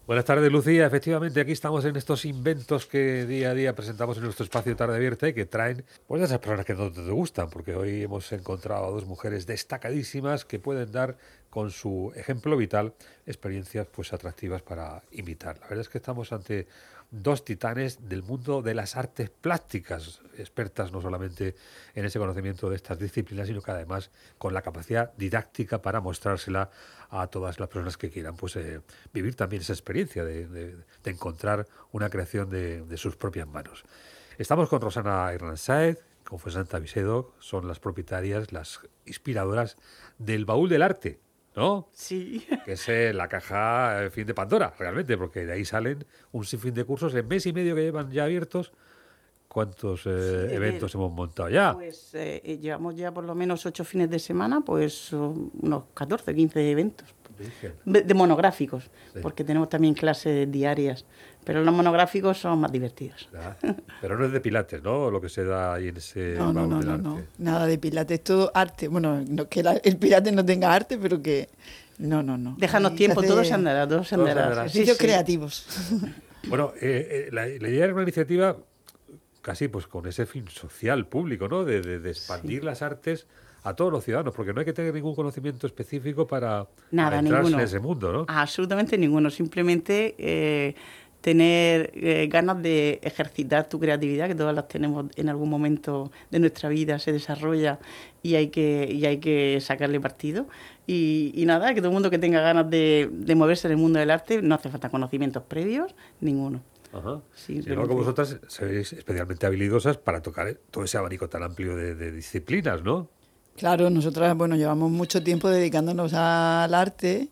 Buenas tardes, Lucía. Efectivamente, aquí estamos en estos inventos que día a día presentamos en nuestro espacio Tarde Abierta y que traen pues esas personas que no te gustan, porque hoy hemos encontrado a dos mujeres destacadísimas que pueden dar con su ejemplo vital experiencias pues atractivas para imitar. La verdad es que estamos ante dos titanes del mundo de las artes plásticas, expertas no solamente en ese conocimiento de estas disciplinas, sino que además con la capacidad didáctica para mostrársela a todas las personas que quieran pues vivir también esa experiencia de encontrar una creación de sus propias manos. Estamos con Rosana Irransáez, con Fuensanta Visedo, son las propietarias, las inspiradoras del Baúl del Arte, ¿no? Sí. Que es la caja fin de Pandora, realmente, porque de ahí salen un sinfín de cursos en mes y medio que llevan ya abiertos. ¿Cuántos eventos hemos montado ya? Pues llevamos ya por lo menos 8 fines de semana, pues unos 14, 15 eventos Virgen. de monográficos, Sí. porque tenemos también clases diarias, pero los monográficos son más divertidos. Ya. Pero no es de Pilates, ¿no? Lo que se da ahí en ese No, no, Baúl no, del no, Arte. no. Nada de pilates, todo arte. Bueno, no que el pilates no tenga arte, pero que... No, no, no. Déjanos Ahí tiempo, se hace todo se andará, todo se Todo se andará. andará. Sí, ejercicios sí. creativos. Bueno, la idea era una iniciativa casi pues con ese fin social, público, ¿no? De expandir las artes a todos los ciudadanos, porque no hay que tener ningún conocimiento específico para Nada, adentrarse ninguno. en ese mundo, ¿no? Absolutamente ninguno, simplemente tener ganas de ejercitar tu creatividad, que todas las tenemos en algún momento de nuestra vida, se desarrolla y hay que sacarle partido. Y nada, que todo el mundo que tenga ganas de moverse en el mundo del arte, no hace falta conocimientos previos, ninguno. Ajá. Sí, Sin embargo, vosotras sois especialmente habilidosas para tocar todo ese abanico tan amplio de disciplinas, ¿no? Claro, nosotras, bueno, llevamos mucho tiempo dedicándonos al arte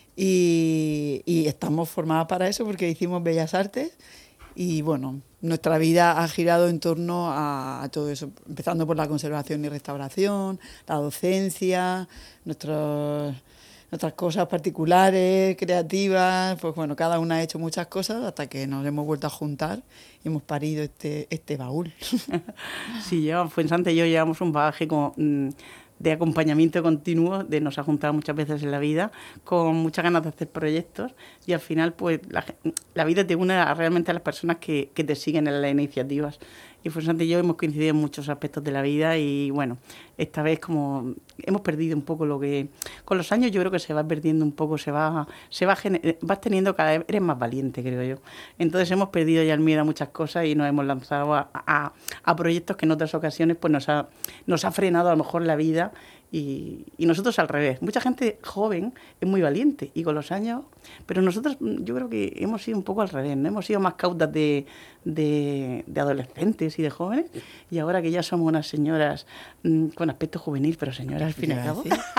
y estamos formadas para eso porque hicimos Bellas Artes y, bueno, nuestra vida ha girado en torno a todo eso, empezando por la conservación y restauración, la docencia, nuestras cosas particulares, creativas, pues bueno, cada una ha hecho muchas cosas hasta que nos hemos vuelto a juntar y hemos parido este baúl. Sí, Fuensanta y yo llevamos un bagaje de acompañamiento continuo, nos ha juntado muchas veces en la vida, con muchas ganas de hacer proyectos y al final pues la vida te une realmente a las personas que te siguen en las iniciativas. Y Fuensanta y yo hemos coincidido en muchos aspectos de la vida y bueno, esta vez como hemos perdido un poco lo que... Con los años yo creo que se va perdiendo un poco, vas teniendo cada vez, eres más valiente, creo yo. Entonces hemos perdido ya el miedo a muchas cosas y nos hemos lanzado a proyectos que en otras ocasiones pues nos ha frenado a lo mejor la vida y nosotros al revés. Mucha gente joven es muy valiente y con los años... Pero nosotros yo creo que hemos sido un poco al revés, ¿no? Hemos sido más cautas de adolescentes y de jóvenes y ahora que ya somos unas señoras con aspecto juvenil, pero señoras al fin y al cabo,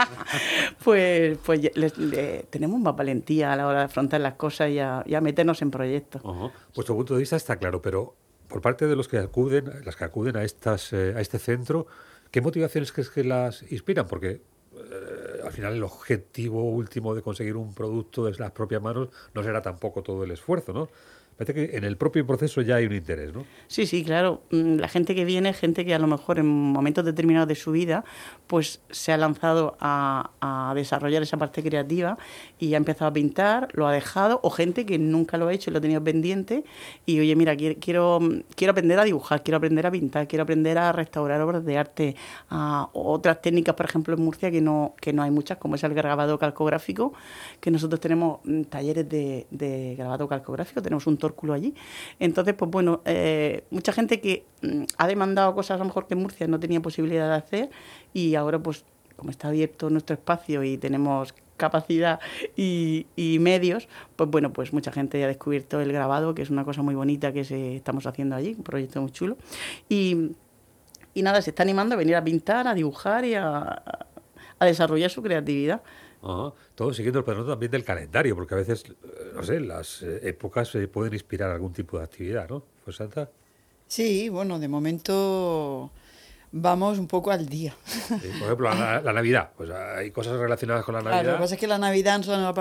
pues tenemos más valentía a la hora de afrontar las cosas y a meternos en proyectos. Uh-huh. Vuestro punto de vista está claro, pero por parte de las que acuden a este centro, ¿qué motivaciones crees que las inspiran? Porque al final el objetivo último de conseguir un producto de las propias manos no será tampoco todo el esfuerzo, ¿no? Parece que en el propio proceso ya hay un interés, ¿no? Sí, claro. La gente que viene, gente que a lo mejor en momentos determinados de su vida, pues se ha lanzado a desarrollar esa parte creativa y ha empezado a pintar, lo ha dejado, o gente que nunca lo ha hecho y lo ha tenido pendiente y, oye, mira, quiero aprender a dibujar, quiero aprender a pintar, quiero aprender a restaurar obras de arte, otras técnicas, por ejemplo, en Murcia que no hay muchas, como es el grabado calcográfico, que nosotros tenemos talleres de grabado calcográfico, tenemos un tórculo allí. Entonces, pues bueno, mucha gente que ha demandado cosas a lo mejor que en Murcia no tenía posibilidad de hacer y ahora pues como está abierto nuestro espacio y tenemos capacidad y medios, pues bueno, pues mucha gente ha descubierto el grabado, que es una cosa muy bonita que estamos haciendo allí, un proyecto muy chulo y nada, se está animando a venir a pintar, a dibujar y a desarrollar su creatividad. Uh-huh. Todo siguiendo el patrón también del calendario, porque a veces, no sé, las épocas pueden inspirar algún tipo de actividad, ¿no? Fuensanta. Sí, bueno, de momento vamos un poco al día. Sí, por ejemplo, la Navidad, pues hay cosas relacionadas con la Navidad. Claro, lo que pasa es que la Navidad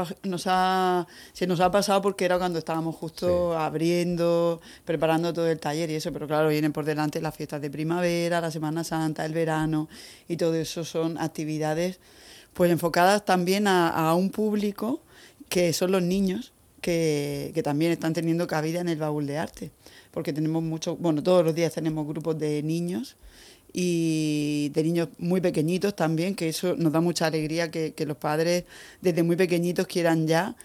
se nos ha pasado porque era cuando estábamos justo abriendo, preparando todo el taller y eso, pero claro, vienen por delante las fiestas de primavera, la Semana Santa, el verano y todo eso son actividades pues enfocadas también a un público que son los niños, que también están teniendo cabida en el baúl de arte, porque tenemos todos los días tenemos grupos de niños y de niños muy pequeñitos también, que eso nos da mucha alegría que los padres desde muy pequeñitos quieran ya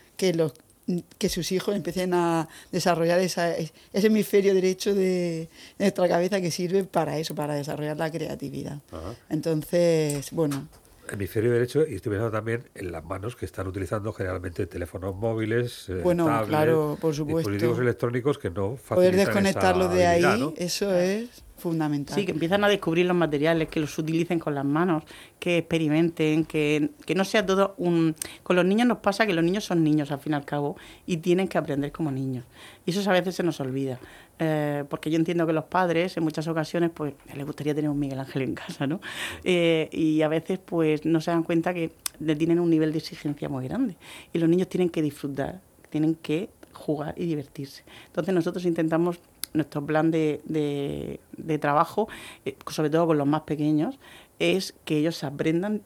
que sus hijos empiecen a desarrollar ese hemisferio derecho de nuestra cabeza que sirve para eso, para desarrollar la creatividad. Ajá. Entonces, bueno... Hemisferio derecho, y estoy pensando también en las manos que están utilizando generalmente teléfonos móviles, tablets, claro, por supuesto. dispositivos electrónicos que no facilitan poder desconectarlos de ahí, ¿no? eso es fundamental. Sí, que empiezan a descubrir los materiales, que los utilicen con las manos, que experimenten, que no sea todo un... Con los niños nos pasa que los niños son niños, al fin y al cabo, y tienen que aprender como niños. Y eso a veces se nos olvida. Porque yo entiendo que los padres, en muchas ocasiones, pues les gustaría tener un Miguel Ángel en casa, ¿no? Y a veces, pues, no se dan cuenta que le tienen un nivel de exigencia muy grande. Y los niños tienen que disfrutar, tienen que jugar y divertirse. Entonces nosotros intentamos nuestro plan de trabajo, sobre todo con los más pequeños, es que ellos aprendan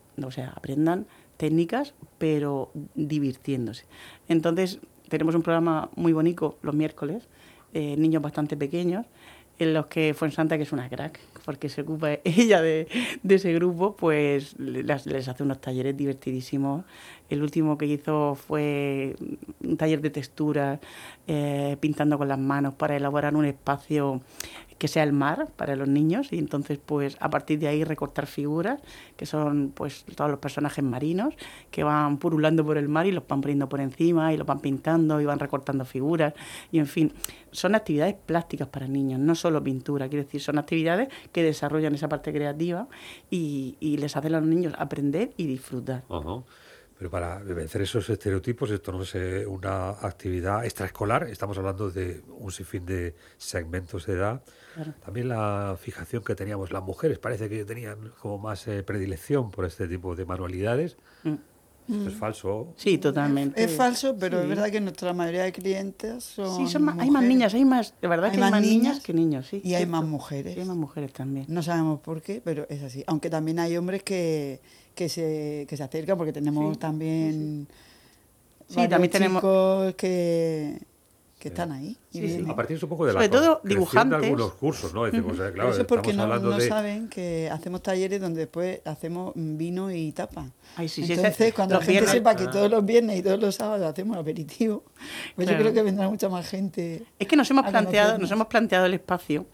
técnicas, pero divirtiéndose. Entonces, tenemos un programa muy bonito los miércoles, niños bastante pequeños, en los que Fuensanta, que es una crack, porque se ocupa ella de ese grupo, pues les hace unos talleres divertidísimos. El último que hizo fue un taller de texturas, pintando con las manos para elaborar un espacio que sea el mar para los niños, y entonces pues a partir de ahí recortar figuras que son pues todos los personajes marinos que van purulando por el mar y los van poniendo por encima y los van pintando y van recortando figuras, y en fin, son actividades plásticas para niños, no solo pintura, quiero decir, son actividades que desarrollan esa parte creativa y les hacen a los niños aprender y disfrutar. Uh-huh. Pero para vencer esos estereotipos, esto no es una actividad extraescolar, estamos hablando de un sinfín de segmentos de edad. Claro. También la fijación que teníamos las mujeres, parece que tenían como más predilección por este tipo de manualidades. Esto es falso. Sí, totalmente. Es falso, pero sí. Es verdad que nuestra mayoría de clientes son Sí, hay más niñas, de verdad que hay más niñas que niños, sí. Y hay más mujeres. Sí, hay más mujeres también. No sabemos por qué, pero es así. Aunque también hay hombres que se acercan, porque tenemos también también tenemos chicos que están ahí. A partir un poco de sobre todo dibujantes. De algunos cursos, ¿no? Decimos, claro, eso es porque no saben que hacemos talleres donde después hacemos vino y tapa. Ay, sí, entonces, cuando la gente sepa que todos los viernes y todos los sábados hacemos aperitivo, pues yo creo que vendrá mucha más gente. Es que nos hemos planteado el espacio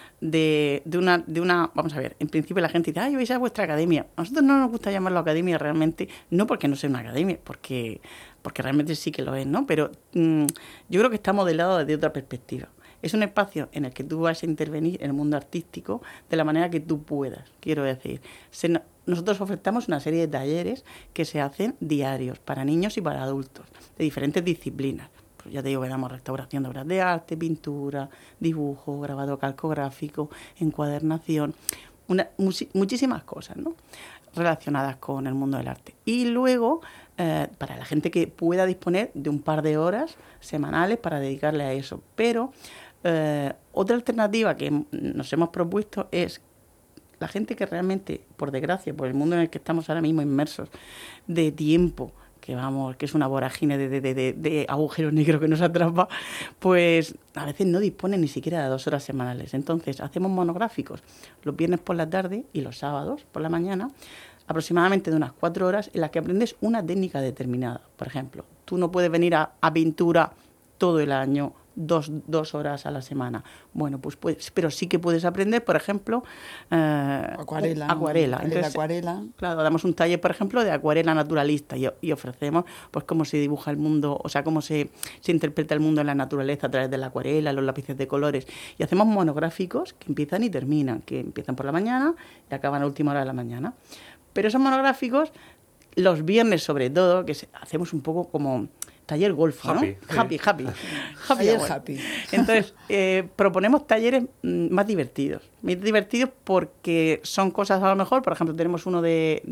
de una, vamos a ver, en principio la gente dice, vais a vuestra academia. A nosotros no nos gusta llamarlo academia realmente, no porque no sea una academia, porque realmente sí que lo es, ¿no? Pero yo creo que está modelado desde otra perspectiva. Es un espacio en el que tú vas a intervenir en el mundo artístico de la manera que tú puedas, quiero decir. Nosotros ofertamos una serie de talleres que se hacen diarios para niños y para adultos, de diferentes disciplinas. Pues ya te digo que damos restauración de obras de arte, pintura, dibujo, grabado calcográfico, encuadernación, muchísimas cosas, ¿no?, relacionadas con el mundo del arte. Y luego, para la gente que pueda disponer de un par de horas semanales para dedicarle a eso. Pero otra alternativa que nos hemos propuesto es la gente que realmente, por desgracia, por el mundo en el que estamos ahora mismo inmersos, de tiempo, que es una vorágine de agujeros negros que nos atrapa, pues a veces no dispone ni siquiera de 2 horas semanales. Entonces hacemos monográficos los viernes por la tarde y los sábados por la mañana, aproximadamente de unas 4 horas, en las que aprendes una técnica determinada. Por ejemplo, tú no puedes venir a pintura todo el año, 2 horas a la semana. Bueno, pues pero sí que puedes aprender, por ejemplo, acuarela. Entonces, acuarela. Claro, damos un taller, por ejemplo, de acuarela naturalista y ofrecemos pues cómo se dibuja el mundo, o sea, cómo se interpreta el mundo en la naturaleza a través de la acuarela, los lápices de colores. Y hacemos monográficos que empiezan y terminan, que empiezan por la mañana y acaban a última hora de la mañana. Pero esos monográficos, los viernes sobre todo, que hacemos un poco como taller golf, ¿no? Happy. Entonces, proponemos talleres más divertidos porque son cosas, a lo mejor, por ejemplo, tenemos uno del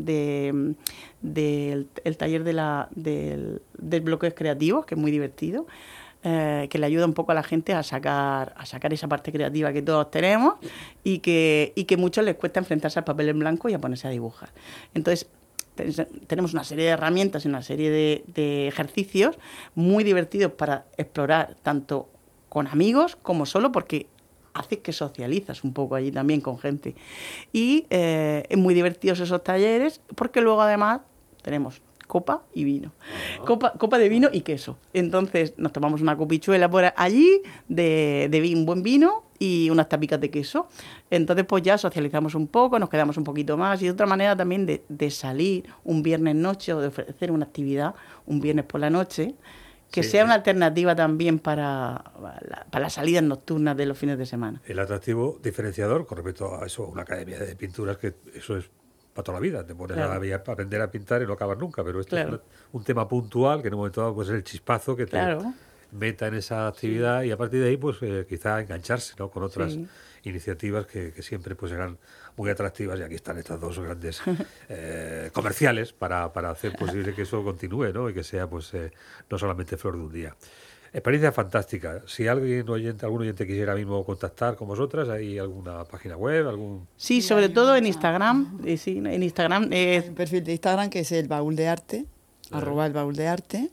taller del bloqueos creativos, que es muy divertido, que le ayuda un poco a la gente a sacar esa parte creativa que todos tenemos y que muchos les cuesta enfrentarse al papel en blanco y a ponerse a dibujar. Entonces, tenemos una serie de herramientas y una serie de ejercicios muy divertidos para explorar tanto con amigos como solo, porque hace que socializas un poco allí también con gente. Y es muy divertidos esos talleres, porque luego además tenemos copa y vino. Copa de vino y queso. Entonces nos tomamos una copichuela por allí de buen vino y unas tapicas de queso. Entonces pues ya socializamos un poco, nos quedamos un poquito más, y es otra manera también de salir un viernes noche o de ofrecer una actividad un viernes por la noche que sea una alternativa también para las salidas nocturnas de los fines de semana. El atractivo diferenciador con respecto a eso, una academia de pinturas, que eso es para toda la vida, te pones a aprender a pintar y no acabas nunca, pero esto es un tema puntual que en un momento dado pues es el chispazo que te meta en esa actividad, y a partir de ahí pues quizá engancharse, ¿no?, con otras iniciativas que siempre pues serán muy atractivas, y aquí están estas dos grandes comerciales para hacer posible que eso continúe, ¿no?, y que sea pues no solamente flor de un día. Experiencia fantástica. Si algún oyente quisiera mismo contactar con vosotras, ¿hay alguna página web? Sí, sobre todo en Instagram. Sí, en Instagram hay un perfil de Instagram que es el Baúl de Arte, @el Baúl de Arte.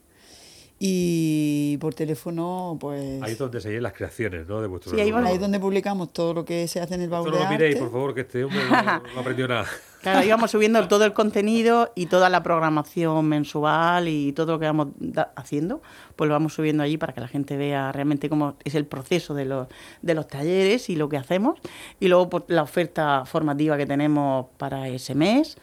Y por teléfono, pues... Ahí es donde se ven las creaciones, ¿no?, de vuestros... Sí, ahí es donde publicamos todo lo que se hace en el Baúl de Arte. No lo miréis, por favor, que este hombre no aprendió nada. Claro, íbamos subiendo todo el contenido y toda la programación mensual y todo lo que vamos haciendo, pues lo vamos subiendo allí para que la gente vea realmente cómo es el proceso de los talleres y lo que hacemos. Y luego pues, la oferta formativa que tenemos para ese mes.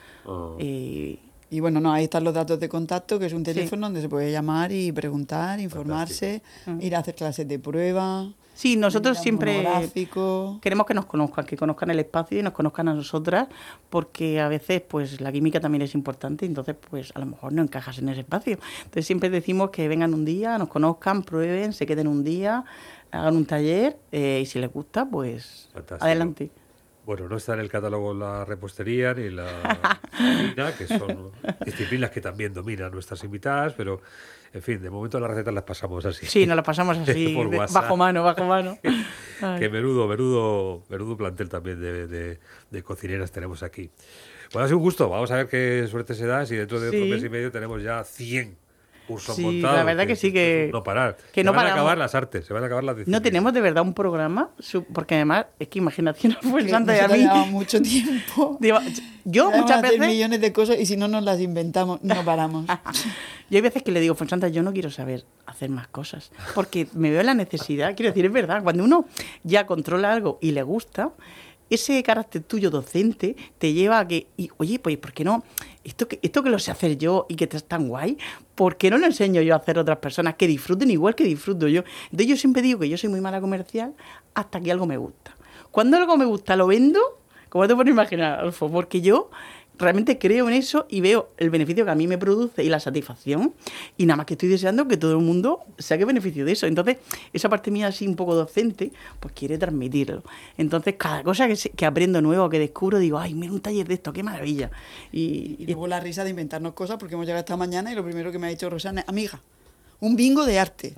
Y bueno, ahí están los datos de contacto, que es un teléfono donde se puede llamar y preguntar, informarse, ir a hacer clases de prueba. Sí, nosotros siempre queremos que nos conozcan, que conozcan el espacio y nos conozcan a nosotras, porque a veces pues la química también es importante, entonces pues a lo mejor no encajas en ese espacio. Entonces siempre decimos que vengan un día, nos conozcan, prueben, se queden un día, hagan un taller y si les gusta, pues adelante. Bueno, no está en el catálogo la repostería ni la cocina, que son disciplinas que también dominan nuestras invitadas, pero, en fin, de momento las recetas las pasamos así. Sí, nos las pasamos así, bajo mano. Que menudo plantel también de cocineras tenemos aquí. Bueno, ha sido un gusto. Vamos a ver qué suerte se da si dentro de otro mes y medio tenemos ya 100 cursos montados. La verdad que sí, que no parar. Que se no van a acabar las artes, se van a acabar las disciplinas. No tenemos de verdad un programa, porque además es que imaginación fue santa, y a mí lleva mucho tiempo. Digo, yo muchas veces millones de cosas y si no nos las inventamos no paramos. Yo hay veces que le digo, Fonsanta, yo no quiero saber hacer más cosas, porque me veo la necesidad. Quiero decir, es verdad, cuando uno ya controla algo y le gusta, ese carácter tuyo docente te lleva a que, oye, pues ¿por qué no? Esto que lo sé hacer yo y que es tan guay, ¿por qué no lo enseño yo a hacer otras personas que disfruten igual que disfruto yo? Entonces yo siempre digo que yo soy muy mala comercial hasta que algo me gusta. Cuando algo me gusta lo vendo, como te puedes imaginar, Alfo, porque yo realmente creo en eso y veo el beneficio que a mí me produce y la satisfacción, y nada más que estoy deseando que todo el mundo saque beneficio de eso. Entonces, esa parte mía así un poco docente, pues quiere transmitirlo. Entonces, cada cosa que aprendo nuevo, que descubro, digo, ay, mira un taller de esto, qué maravilla. Y luego la risa de inventarnos cosas, porque hemos llegado esta mañana y lo primero que me ha dicho Rosana es, amiga, un bingo de arte.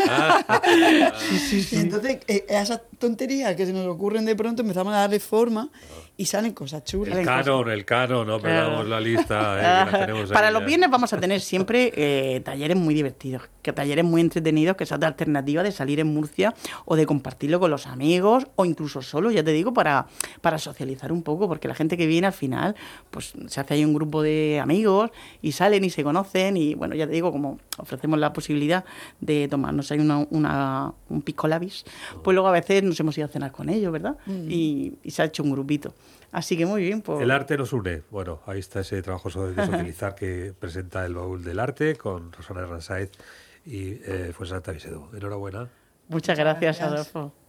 Sí. Y entonces, esas tonterías que se nos ocurren de pronto, empezamos a darle forma y salen cosas chulas. El canon, no perdamos la lista. Que la tenemos ahí. Para los viernes vamos a tener siempre talleres muy divertidos, talleres muy entretenidos, que son de alternativa de salir en Murcia o de compartirlo con los amigos o incluso solo, ya te digo, para socializar un poco, porque la gente que viene al final, pues se hace ahí un grupo de amigos y salen y se conocen y, bueno, ya te digo, como ofrecemos la posibilidad de tomarnos ahí un pisco labis, pues luego a veces nos hemos ido a cenar con ellos, ¿verdad? Y se ha hecho un grupito. Así que muy bien. Pues... El arte nos une. Bueno, ahí está ese trabajo de socializar que presenta el Baúl del Arte con Rosana Herransáez y Fuensanta Visedó. Enhorabuena. Muchas gracias, Adolfo.